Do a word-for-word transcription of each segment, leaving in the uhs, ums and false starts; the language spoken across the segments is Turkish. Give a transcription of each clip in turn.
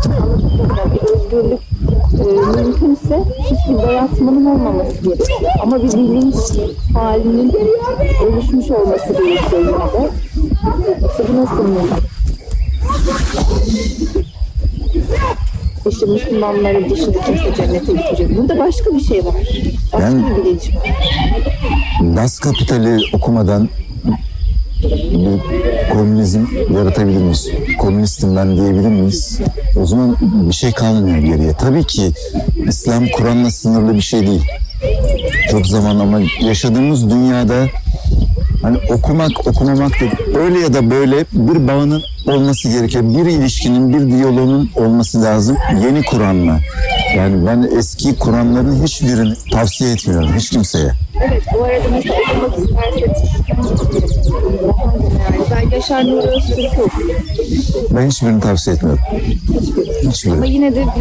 Anlatabiliyor bir özgürlük e, mümkünse hiçbir dayatmanın olmaması gerekiyor. Ama bir bilinç halinin oluşmuş olması gerekiyor yine de. İşte bu nasıl mümkün? İşte Müslümanların dışında kimse cennete gidecek. Burada başka bir şey var. Başka yani, bir bilinç var. Das Kapital'i okumadan bir komünizm yaratabilir miyiz? Komünistim ben diyebilir miyiz? O zaman bir şey kalmıyor geriye. Tabii ki İslam Kur'an'la sınırlı bir şey değil. Çok zaman ama yaşadığımız dünyada hani okumak, okumamak değil. Öyle ya da böyle bir bağının olması gerekiyor. Bir ilişkinin, bir diyaloğunun olması lazım. Yeni Kur'an'la. Yani ben eski Kur'anların hiçbirini tavsiye etmiyorum. Hiç kimseye. Evet, bu arada mesela okumak isterseniz yani ben Yaşar Nuri Öztürk'ü okuyorum. Ben hiçbirini tavsiye etmiyorum. Hiçbiri. Ama yine de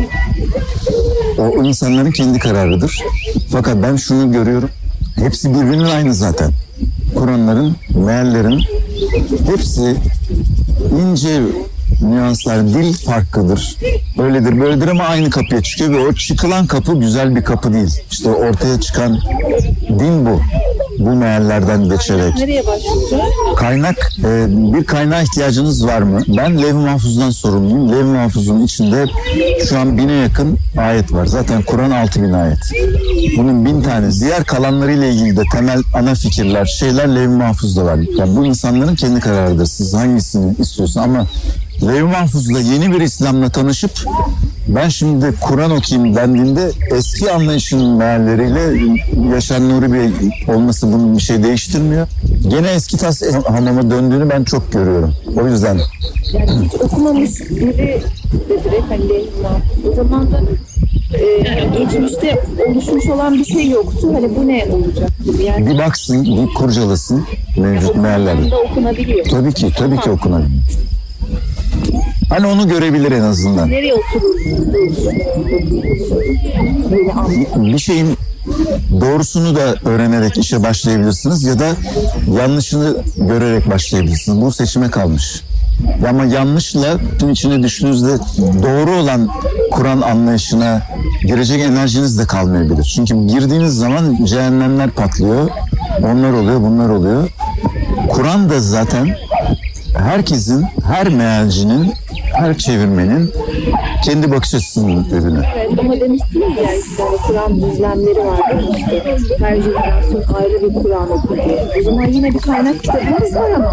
o insanların kendi kararıdır. Fakat ben şunu görüyorum. Hepsi birbirinin aynı zaten. Kur'anların, meallerin hepsi ince nüanslar, dil farklıdır. Böyledir, böyledir ama aynı kapıya çıkıyor ve o çıkılan kapı güzel bir kapı değil. İşte ortaya çıkan din bu. Bu meallerden geçerek. Nereye başlayacağız? Kaynak, e, bir kaynağa ihtiyacınız var mı? Ben Levh-i Mahfuz'dan sorumluyum. Levh-i Mahfuz'un içinde şu an bine yakın ayet var. Zaten Kur'an altı bin ayet. Bunun bin tanesi. Diğer kalanlarıyla ilgili de temel ana fikirler, şeyler Levh-i Mahfuz'da var. Yani bu insanların kendi kararıdır. Siz hangisini istiyorsun ama Levh-i Mahfuz'la yeni bir İslam'la tanışıp ben şimdi Kur'an okuyayım dendiğinde eski anlayışın mealleriyle Yaşar Nuri Bey olması bunun bir şey değiştirmiyor. Gene eski tas hamama döndüğünü ben çok görüyorum. O yüzden. Yani hiç okumamış biri de direkt hani Levh-i Mahfuz. O zaman da e, geçmişte oluşmuş olan bir şey yoktu. Hani bu ne olacak? Yani, bir baksın, bir kurcalasın mevcut yani meallerle. Okunabiliyor. Tabii ki, tabii ki okunabiliyor. Hani onu görebilir en azından. Nereye oturur? Bir şeyin doğrusunu da öğrenerek işe başlayabilirsiniz ya da yanlışını görerek başlayabilirsiniz. Bu seçime kalmış. Ama yanlışla içine düştüğünüzde doğru olan Kur'an anlayışına girecek enerjiniz de kalmayabilir. Çünkü girdiğiniz zaman cehennemler patlıyor. Onlar oluyor, bunlar oluyor. Kur'an da zaten herkesin, her mealcinin, her çevirmenin kendi bakış açısının ürünü. Evet ama demiştiniz ya işte hani Kur'an düzlemleri var işte her jenerasyon ayrı bir Kur'an okuyor. O zaman yine bir kaynak kitabımız var ama.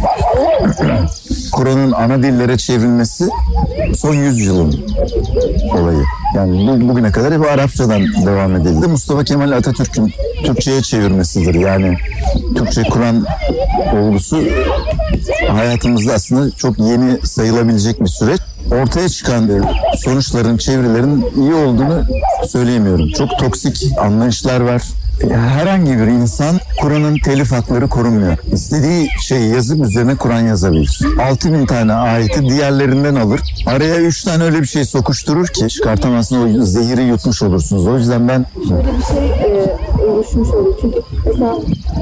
Kur'an'ın ana dillere çevrilmesi son yüzyılın olayı. Yani bu, bugüne kadar hep Arapçadan devam edildi. Mustafa Kemal Atatürk'ün Türkçe'ye çevirmesidir. Yani Türkçe Kur'an olgusu hayatımızda aslında çok yeni sayılabilecek bir süreç. Ortaya çıkan sonuçların, çevirilerin iyi olduğunu söyleyemiyorum. Çok toksik anlayışlar var. Herhangi bir insan Kur'an'ın telif hakları korunmuyor. İstediği şeyi yazıp üzerine Kur'an yazabilir. altı bin tane ayeti diğerlerinden alır. Araya üç tane öyle bir şey sokuşturur ki çıkartamazsın, o zehiri yutmuş olursunuz. O yüzden ben... Şöyle bir şey e, oluşmuş oluyor. Çünkü mesela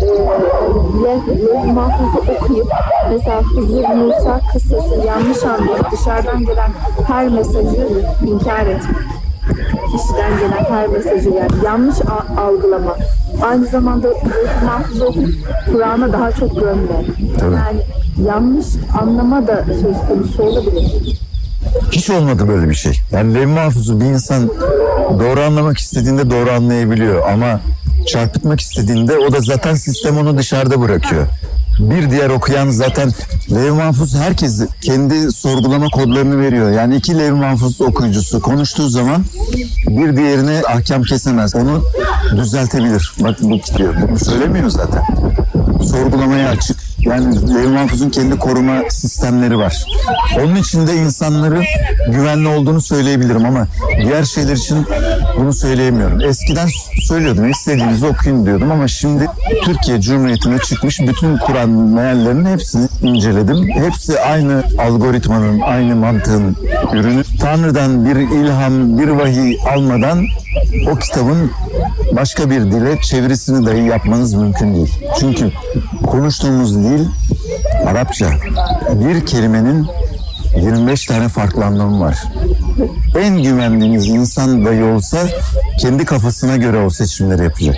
Levh-i Mahfuz'u okuyup mesela Hızır Musa kıssası yanlış anlayıp dışarıdan gelen her mesajı inkar etmek. Kişiden gelen her mesajı yani yanlış algılama. Aynı zamanda Levh-i Mahfuz'u okuyup Kur'an'a daha çok dönme. Yani yanlış anlama da söz konusu olabilir. Hiç olmadı böyle bir şey. Yani Levh-i Mahfuz'u bir insan doğru anlamak istediğinde doğru anlayabiliyor ama çarpıtmak istediğinde o da zaten sistem onu dışarıda bırakıyor. Bir diğer okuyan zaten Levh-i Mahfuz herkes kendi sorgulama kodlarını veriyor. Yani iki Levh-i Mahfuz okuyucusu konuştuğu zaman bir diğerine ahkam kesemez. Onu düzeltebilir. Bak bu diyor. Bunu söylemiyor zaten. Sorgulamaya açık. Yani Levh-i Mahfuz'un kendi koruma sistemleri var. Onun için de insanların güvenli olduğunu söyleyebilirim ama diğer şeyler için bunu söyleyemiyorum. Eskiden söylüyordum, istediğinizi okuyun diyordum ama şimdi Türkiye Cumhuriyeti'ne çıkmış bütün Kur'an meallerinin hepsini inceledim. Hepsi aynı algoritmanın, aynı mantığın ürünü. Tanrı'dan bir ilham, bir vahiy almadan o kitabın başka bir dile çevirisini dahi yapmanız mümkün değil. Çünkü konuştuğumuz dil Arapça. Bir kelimenin yirmi beş tane farklı anlamı var. En güvendiğiniz insan dahi olsa kendi kafasına göre o seçimleri yapacak.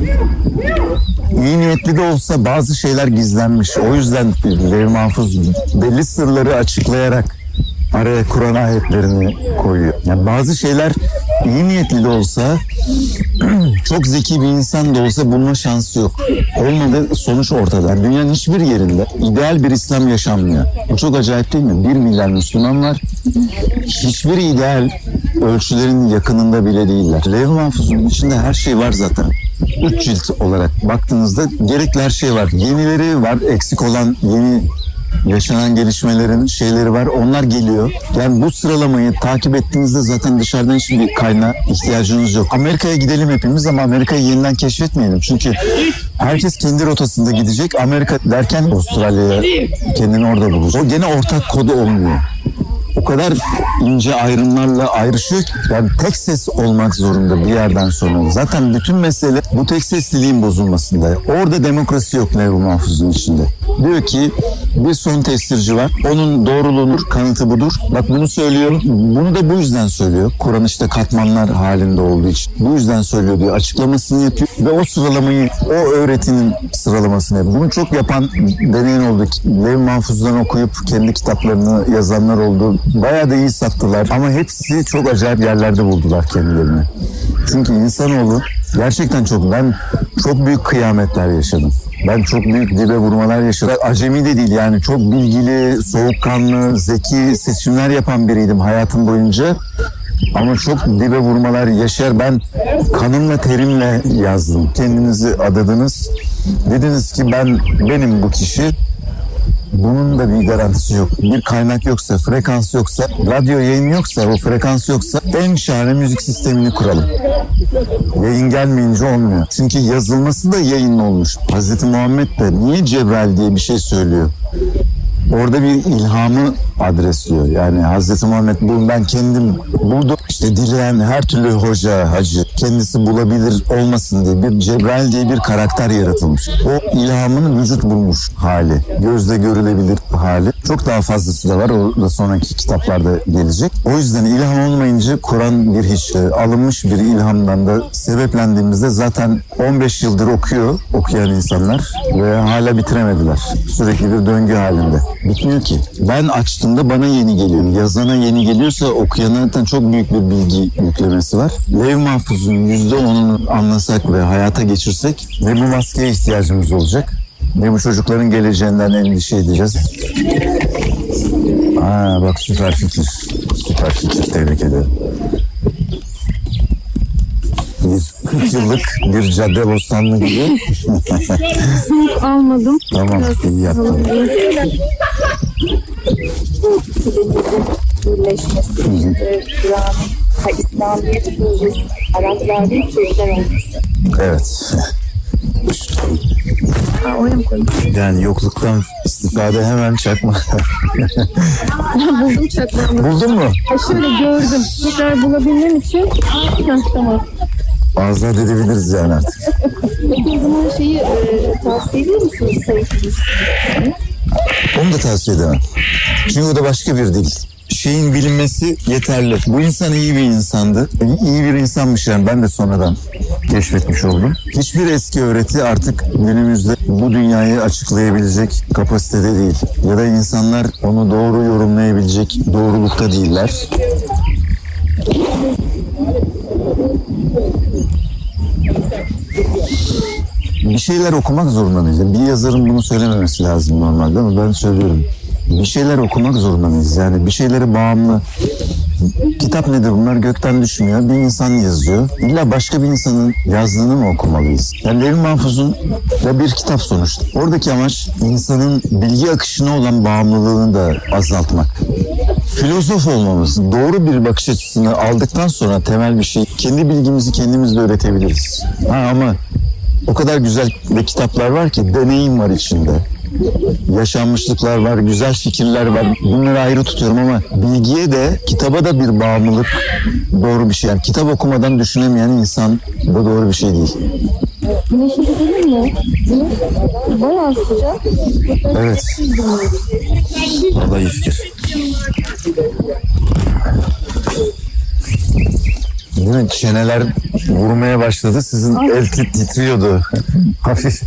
İyi niyetli de olsa bazı şeyler gizlenmiş. O yüzden Levh Mahfuz belli sırları açıklayarak araya Kur'an ayetlerini koyuyor. Yani bazı şeyler iyi niyetli de olsa, çok zeki bir insan da olsa bulma şansı yok. Olmadı, sonuç ortada. Yani dünyanın hiçbir yerinde ideal bir İslam yaşanmıyor. Bu çok acayip değil mi? Bir milyar Müslüman var. Hiçbir ideal ölçülerin yakınında bile değiller. Levh Mahfuz'un içinde her şey var zaten. Üç cilt olarak baktığınızda gerekli her şey var. Yenileri var, eksik olan yeni yaşanan gelişmelerin şeyleri var. Onlar geliyor. Yani bu sıralamayı takip ettiğinizde zaten dışarıdan hiçbir kaynağa ihtiyacınız yok. Amerika'ya gidelim hepimiz ama Amerika'yı yeniden keşfetmeyelim. Çünkü herkes kendi rotasında gidecek. Amerika derken Avustralya'ya kendini orada bulacak. O gene ortak kodu olmuyor. O kadar ince ayrımlarla ayrışıyor ki yani tek ses olmak zorunda bir yerden sonra. Zaten bütün mesele bu tek sesliliğin bozulmasında. Orada demokrasi yok Levh Mahfuz'un içinde. Diyor ki bir son testirci var. Onun doğruluğunun kanıtı budur. Bak bunu söylüyor. Bunu da bu yüzden söylüyor. Kur'an işte katmanlar halinde olduğu için. Bu yüzden söylüyor diyor. Açıklamasını yapıyor. Ve o sıralamayı, o öğretinin sıralamasını yapıyor. Bunu çok yapan deneyen oldu. Levh Mahfuz'dan okuyup kendi kitaplarını yazanlar oldu. Bayağı da iyi sattılar. Ama hepsi çok acayip yerlerde buldular kendilerini. Çünkü insanoğlu gerçekten çok, ben çok büyük kıyametler yaşadım. Ben çok büyük dibe vurmalar yaşadım. Acemi de değil yani, çok bilgili, soğukkanlı, zeki seçimler yapan biriydim hayatım boyunca. Ama çok dibe vurmalar yaşar. Ben kanımla terimle yazdım. Kendinizi adadınız. Dediniz ki ben benim bu kişi. Bunun da bir garantisi yok. Bir kaynak yoksa, frekans yoksa, radyo yayın yoksa, o frekans yoksa en şahane müzik sistemini kuralım. Yayın gelmeyince olmuyor. Çünkü yazılması da yayın olmuş. Hazreti Muhammed de niye Cebrail diye bir şey söylüyor? Orada bir ilhamı adresliyor. Yani Hazreti Muhammed bu ben kendim buldum. İşte dileyen her türlü hoca, hacı kendisi bulabilir olmasın diye bir Cebrail diye bir karakter yaratılmış. O ilhamın vücut bulmuş hali. Gözle görülebilir hali. Çok daha fazlası da var. O da sonraki kitaplarda gelecek. O yüzden ilham olmayınca Kur'an bir hiç. Alınmış bir ilhamdan da sebeplendiğimizde zaten on beş yıldır okuyor okuyan insanlar ve hala bitiremediler. Sürekli bir döngü halinde. Bitmiyor ki. Ben açtığımda bana yeni geliyor. Yazana yeni geliyorsa okuyanlardan çok büyük bir bilgi yüklemesi var. Levh Mahfuz'un yüzde onunu anlasak ve hayata geçirsek ne bu maskeye ihtiyacımız olacak ne bu çocukların geleceğinden endişe edeceğiz. Aa bak süper fikir. Süper fikir. Tebrik ederim. Bir kırk yıllık bir cadde bostanlı gibi. Soğuk almadım. Tamam, iyi yaptın. Birleşmesi, işte Kur'an, İslamiyet projesi, Araplarda Türkler olması. Evet. Ha, oraya mı koydun? Yani yokluktan istifade hemen çakma. Buldum çakmağımı. Buldun mu? Ha, şöyle gördüm. Tekrar bulabilmem için. Heh, tamam. Azat edebiliriz yani artık. Peki o zaman şeyi e, tavsiye ediyor musunuz Sayın Hulusi? Onu da tavsiye edemem. Çünkü o da başka bir dil. Şeyin bilinmesi yeterli. Bu insan iyi bir insandı. İyi bir insanmış yani, ben de sonradan keşfetmiş oldum. Hiçbir eski öğreti artık günümüzde bu dünyayı açıklayabilecek kapasitede değil. Ya da insanlar onu doğru yorumlayabilecek doğrulukta değiller. Bir şeyler okumak zorunda mıyız? Bir yazarın bunu söylememesi lazım normalde ama ben söylüyorum. Bir şeyler okumak zorunda mıyız? Yani bir şeylere bağımlı. Kitap nedir bunlar? Gökten düşmüyor. Bir insan yazıyor. İlla başka bir insanın yazdığını mı okumalıyız? Yani Levh Mahfuz'un da bir kitap sonuçta. Oradaki amaç insanın bilgi akışına olan bağımlılığını da azaltmak. Filozof olmamız, doğru bir bakış açısını aldıktan sonra temel bir şey, kendi bilgimizi kendimiz de öğretebiliriz. Ha ama o kadar güzel de kitaplar var ki, deneyim var içinde. Yaşanmışlıklar var, güzel fikirler var. Bunları ayrı tutuyorum ama bilgiye de, kitaba da bir bağımlılık doğru bir şey. Yani kitap okumadan düşünemeyen insan da doğru bir şey değil. Güneşe gidelim mi? Bayağı sıcak. Evet. Vallahi iyi fikir. Değil mi? Çeneler vurmaya başladı. Sizin el tit- titriyordu. Hafif.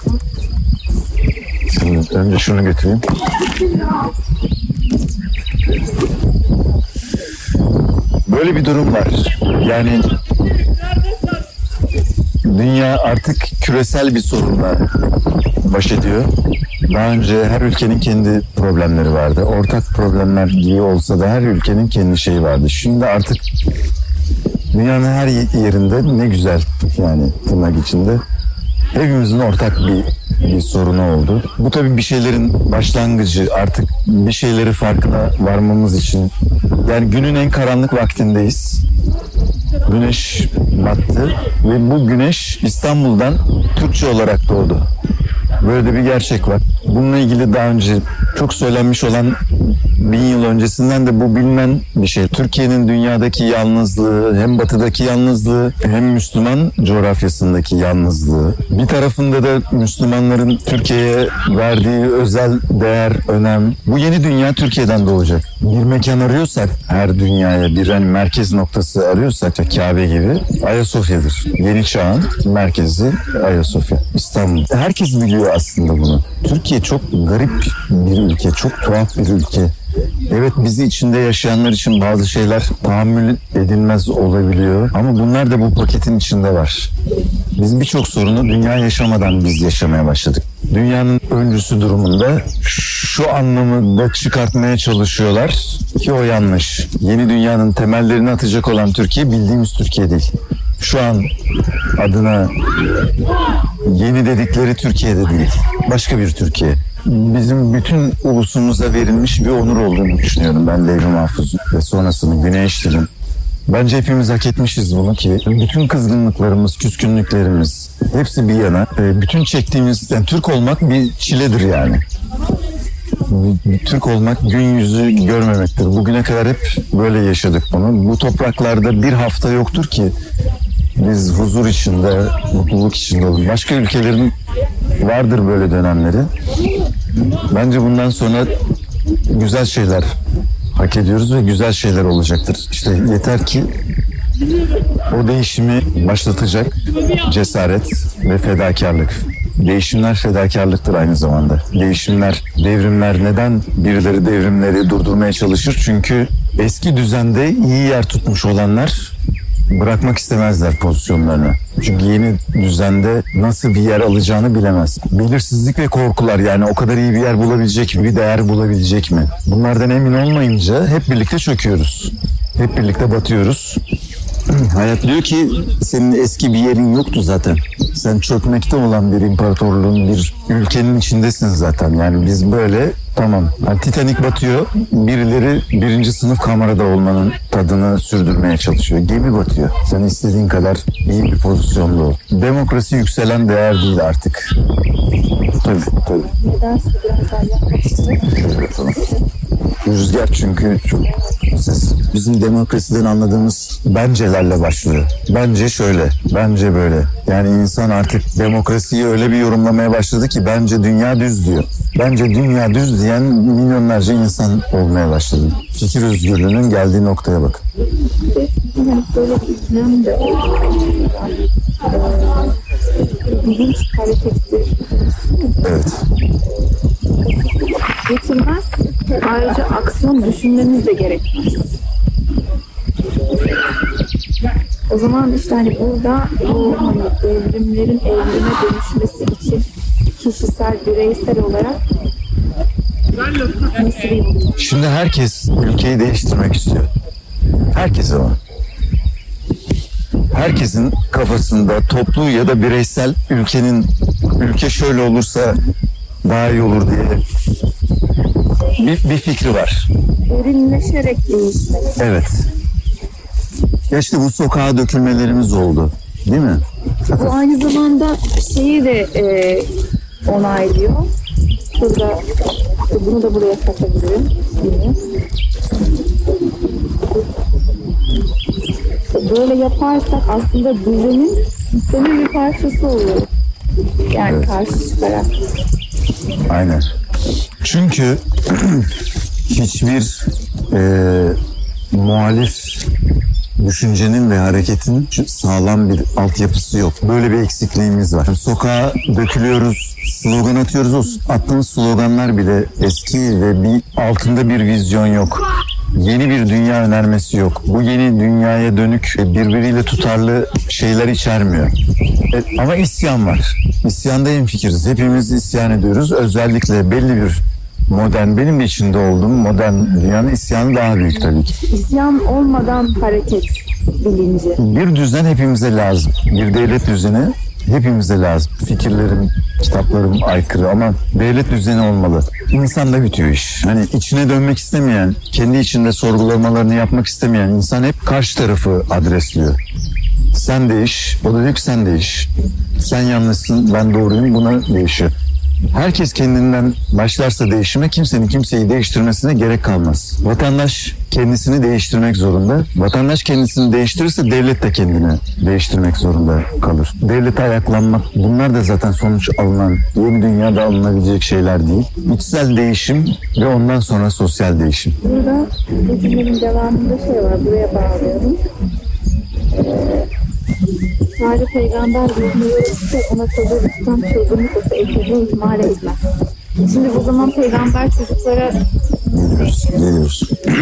Şimdi önce şunu götüreyim. Böyle bir durum var. Yani dünya artık küresel bir sorunla baş ediyor. Daha önce her ülkenin kendi problemleri vardı. Ortak problemler gibi olsa da her ülkenin kendi şeyi vardı. Şimdi artık dünyanın her yerinde, ne güzel yani tırnak içinde, hepimizin ortak bir bir sorunu oldu. Bu tabii bir şeylerin başlangıcı, artık bir şeyleri farkına varmamız için. Yani günün en karanlık vaktindeyiz. Güneş battı ve bu güneş İstanbul'dan Türkçe olarak doğdu. Böyle de bir gerçek var. Bununla ilgili daha önce çok söylenmiş olan, bin yıl öncesinden de bu bilinen bir şey. Türkiye'nin dünyadaki yalnızlığı, hem batıdaki yalnızlığı hem Müslüman coğrafyasındaki yalnızlığı. Bir tarafında da Müslümanların Türkiye'ye verdiği özel değer, önem. Bu yeni dünya Türkiye'den doğacak. Bir mekan arıyorsak, her dünyaya bir hani merkez noktası arıyorsak, Kabe gibi Ayasofya'dır. Yeni çağın merkezi Ayasofya, İstanbul. Herkes biliyor aslında bunu. Türkiye çok garip bir ülke, çok tuhaf bir ülke. Evet, bizi içinde yaşayanlar için bazı şeyler tahammül edilmez olabiliyor. Ama bunlar da bu paketin içinde var. Biz birçok sorunu dünya yaşamadan biz yaşamaya başladık. Dünyanın öncüsü durumunda şu anlamı da çıkartmaya çalışıyorlar ki o yanlış. Yeni dünyanın temellerini atacak olan Türkiye bildiğimiz Türkiye değil. Şu an adına yeni dedikleri Türkiye'de değil. Başka bir Türkiye. Bizim bütün ulusumuza verilmiş bir onur olduğunu düşünüyorum ben Levh-i Mahfuz ve sonrasını Güneş Dil'in. Bence hepimiz hak etmişiz bunu ki bütün kızgınlıklarımız, küskünlüklerimiz hepsi bir yana. Bütün çektiğimiz, yani Türk olmak bir çiledir yani. Türk olmak gün yüzü görmemektir. Bugüne kadar hep böyle yaşadık bunu. Bu topraklarda bir hafta yoktur ki biz huzur içinde, mutluluk içinde olun. Başka ülkelerin vardır böyle dönemleri. Bence bundan sonra güzel şeyler hak ediyoruz ve güzel şeyler olacaktır. İşte yeter ki o değişimi başlatacak cesaret ve fedakarlık. Değişimler fedakarlıktır aynı zamanda. Değişimler, devrimler, neden birileri devrimleri durdurmaya çalışır? Çünkü eski düzende iyi yer tutmuş olanlar bırakmak istemezler pozisyonlarını. Çünkü yeni düzende nasıl bir yer alacağını bilemez. Belirsizlik ve korkular, yani o kadar iyi bir yer bulabilecek mi, bir değer bulabilecek mi? Bunlardan emin olmayınca hep birlikte çöküyoruz. Hep birlikte batıyoruz. Hayat diyor ki senin eski bir yerin yoktu zaten. Sen çökmekte olan bir imparatorluğun, bir ülkenin içindesin zaten. Yani biz böyle tamam. Yani Titanic batıyor. Birileri birinci sınıf kamerada olmanın tadını sürdürmeye çalışıyor. Gemi batıyor. Sen istediğin kadar iyi bir pozisyonda ol. Demokrasi yükselen değer değil artık. Tabii tabii. Nedense biraz yapmak istedim. Rüzgar çünkü çok ses. Bizim demokrasiden anladığımız bencelerle başlıyor. Bence şöyle, bence böyle. Yani insan artık demokrasiyi öyle bir yorumlamaya başladı ki bence dünya düz diyor. Bence dünya düz diyen milyonlarca insan olmaya başladı. Fikir özgürlüğünün geldiği noktaya bak. Yani böyle bir dönem de e, bilinç harekettir. Evet. Getirmez. Ayrıca aksiyon düşünmemiz de gerekmez. O zaman işte hani burada bu hani devrimlerin evrime dönüşmesi için kişisel, bireysel olarak nasıl bir yol? Şimdi herkes ülkeyi değiştirmek istiyor. Herkes ama. Herkesin kafasında toplu ya da bireysel ülkenin, ülke şöyle olursa daha iyi olur diye bir, bir fikri var. Derinleşerek değişmek. Evet. Ya işte bu sokağa dökülmelerimiz oldu. Değil mi? Bu aynı zamanda şeyi de e, onaylıyor. Burada, bunu da buraya katabilirim. Yine. Böyle yaparsak aslında düzenin, sistemin bir parçası oluyor. Yani evet. Karşı çıkarak. Aynen. Çünkü hiçbir e, muhalif düşüncenin ve hareketin sağlam bir altyapısı yok. Böyle bir eksikliğimiz var. Sokağa dökülüyoruz, slogan atıyoruz. O attığımız sloganlar bile eski ve bir altında bir vizyon yok. Yeni bir dünya önermesi yok. Bu yeni dünyaya dönük birbiriyle tutarlı şeyler içermiyor. E, ama isyan var. İsyanda hemfikiriz. Hepimiz isyan ediyoruz. Özellikle belli bir modern, benim de içinde olduğum modern dünyanın isyanı daha büyük tabii ki. İsyan olmadan hareket bilinci. Bir düzen hepimize lazım. Bir devlet düzeni hepimize lazım. Fikirlerim, kitaplarım aykırı ama devlet düzeni olmalı. İnsanda bitiyor iş. Hani içine dönmek istemeyen, kendi içinde sorgulamalarını yapmak istemeyen insan hep karşı tarafı adresliyor. Sen değiş, o da diyor ki sen değiş. Sen yanlışsın, ben doğruyum, buna değişiyor. Herkes kendinden başlarsa değişime kimsenin kimseyi değiştirmesine gerek kalmaz. Vatandaş kendisini değiştirmek zorunda. Vatandaş kendisini değiştirirse devlet de kendini değiştirmek zorunda kalır. Devlete ayaklanmak, bunlar da zaten sonuç alınan, yeni dünyada alınabilecek şeyler değil. İçsel değişim ve ondan sonra sosyal değişim. Burada bu cümlenin devamında şey var, buraya bağlıyorum. Ee, Tarih peygamber bilmiyorsa ona sözü tutan çılgınlık olsa ekmeği ihmal etmez. Şimdi bu zaman peygamber çocuklara Geliyoruz, geliyoruz.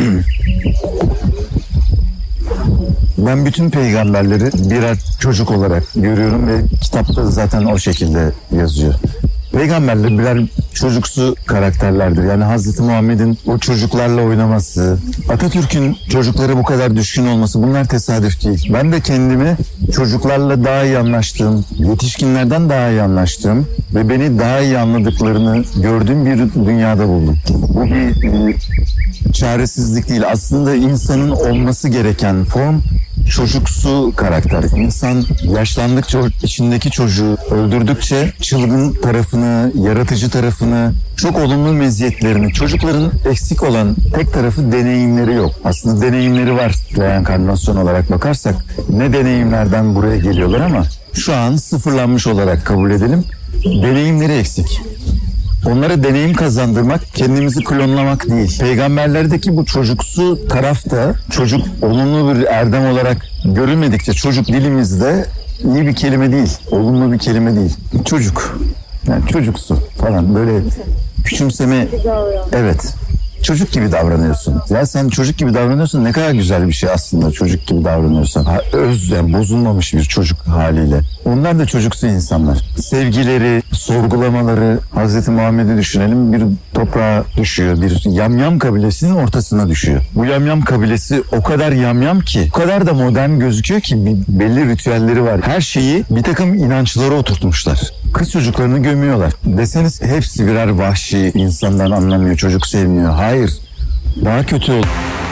Ben bütün peygamberleri birer çocuk olarak görüyorum ve kitapta zaten o şekilde yazıyor. Peygamberler birer çocuksu karakterlerdir. Yani Hazreti Muhammed'in o çocuklarla oynaması, Atatürk'ün çocuklara bu kadar düşkün olması, bunlar tesadüf değil. Ben de kendimi çocuklarla daha iyi anlaştığım, yetişkinlerden daha iyi anlaştığım ve beni daha iyi anladıklarını gördüğüm bir dünyada buldum. Bu bir e, çaresizlik değil. Aslında insanın olması gereken form çocuksu karakter. İnsan yaşlandıkça o içindeki çocuğu öldürdükçe çılgın tarafını, yaratıcı tarafını, çok olumlu meziyetlerini, çocukların eksik olan tek tarafı deneyimleri yok. Aslında deneyimleri var reenkarnasyon olarak bakarsak. Ne deneyimlerden buraya geliyorlar ama şu an sıfırlanmış olarak kabul edelim. Deneyimleri eksik. Onlara deneyim kazandırmak, kendimizi klonlamak değil. Peygamberlerdeki bu çocuksu taraf da, çocuk olumlu bir erdem olarak görülmedikçe çocuk dilimizde iyi bir kelime değil, olumlu bir kelime değil. Çocuk, yani çocuksu falan böyle küçümseme, evet. Çocuk gibi davranıyorsun. Ya sen çocuk gibi davranıyorsun, ne kadar güzel bir şey aslında çocuk gibi davranıyorsan. Ha, öz, yani bozulmamış bir çocuk haliyle. Onlar da çocuksu insanlar. Sevgileri, sorgulamaları, Hazreti Muhammed'i düşünelim, bir toprağa düşüyor. Bir yamyam kabilesinin ortasına düşüyor. Bu yamyam kabilesi o kadar yamyam ki, o kadar da modern gözüküyor ki bir, belli ritüelleri var. Her şeyi bir takım inançlara oturtmuşlar. Kız çocuklarını gömüyorlar. Deseniz hepsi birer vahşi, insandan anlamıyor, çocuk sevmiyor. Hayır. Daha kötü oldu.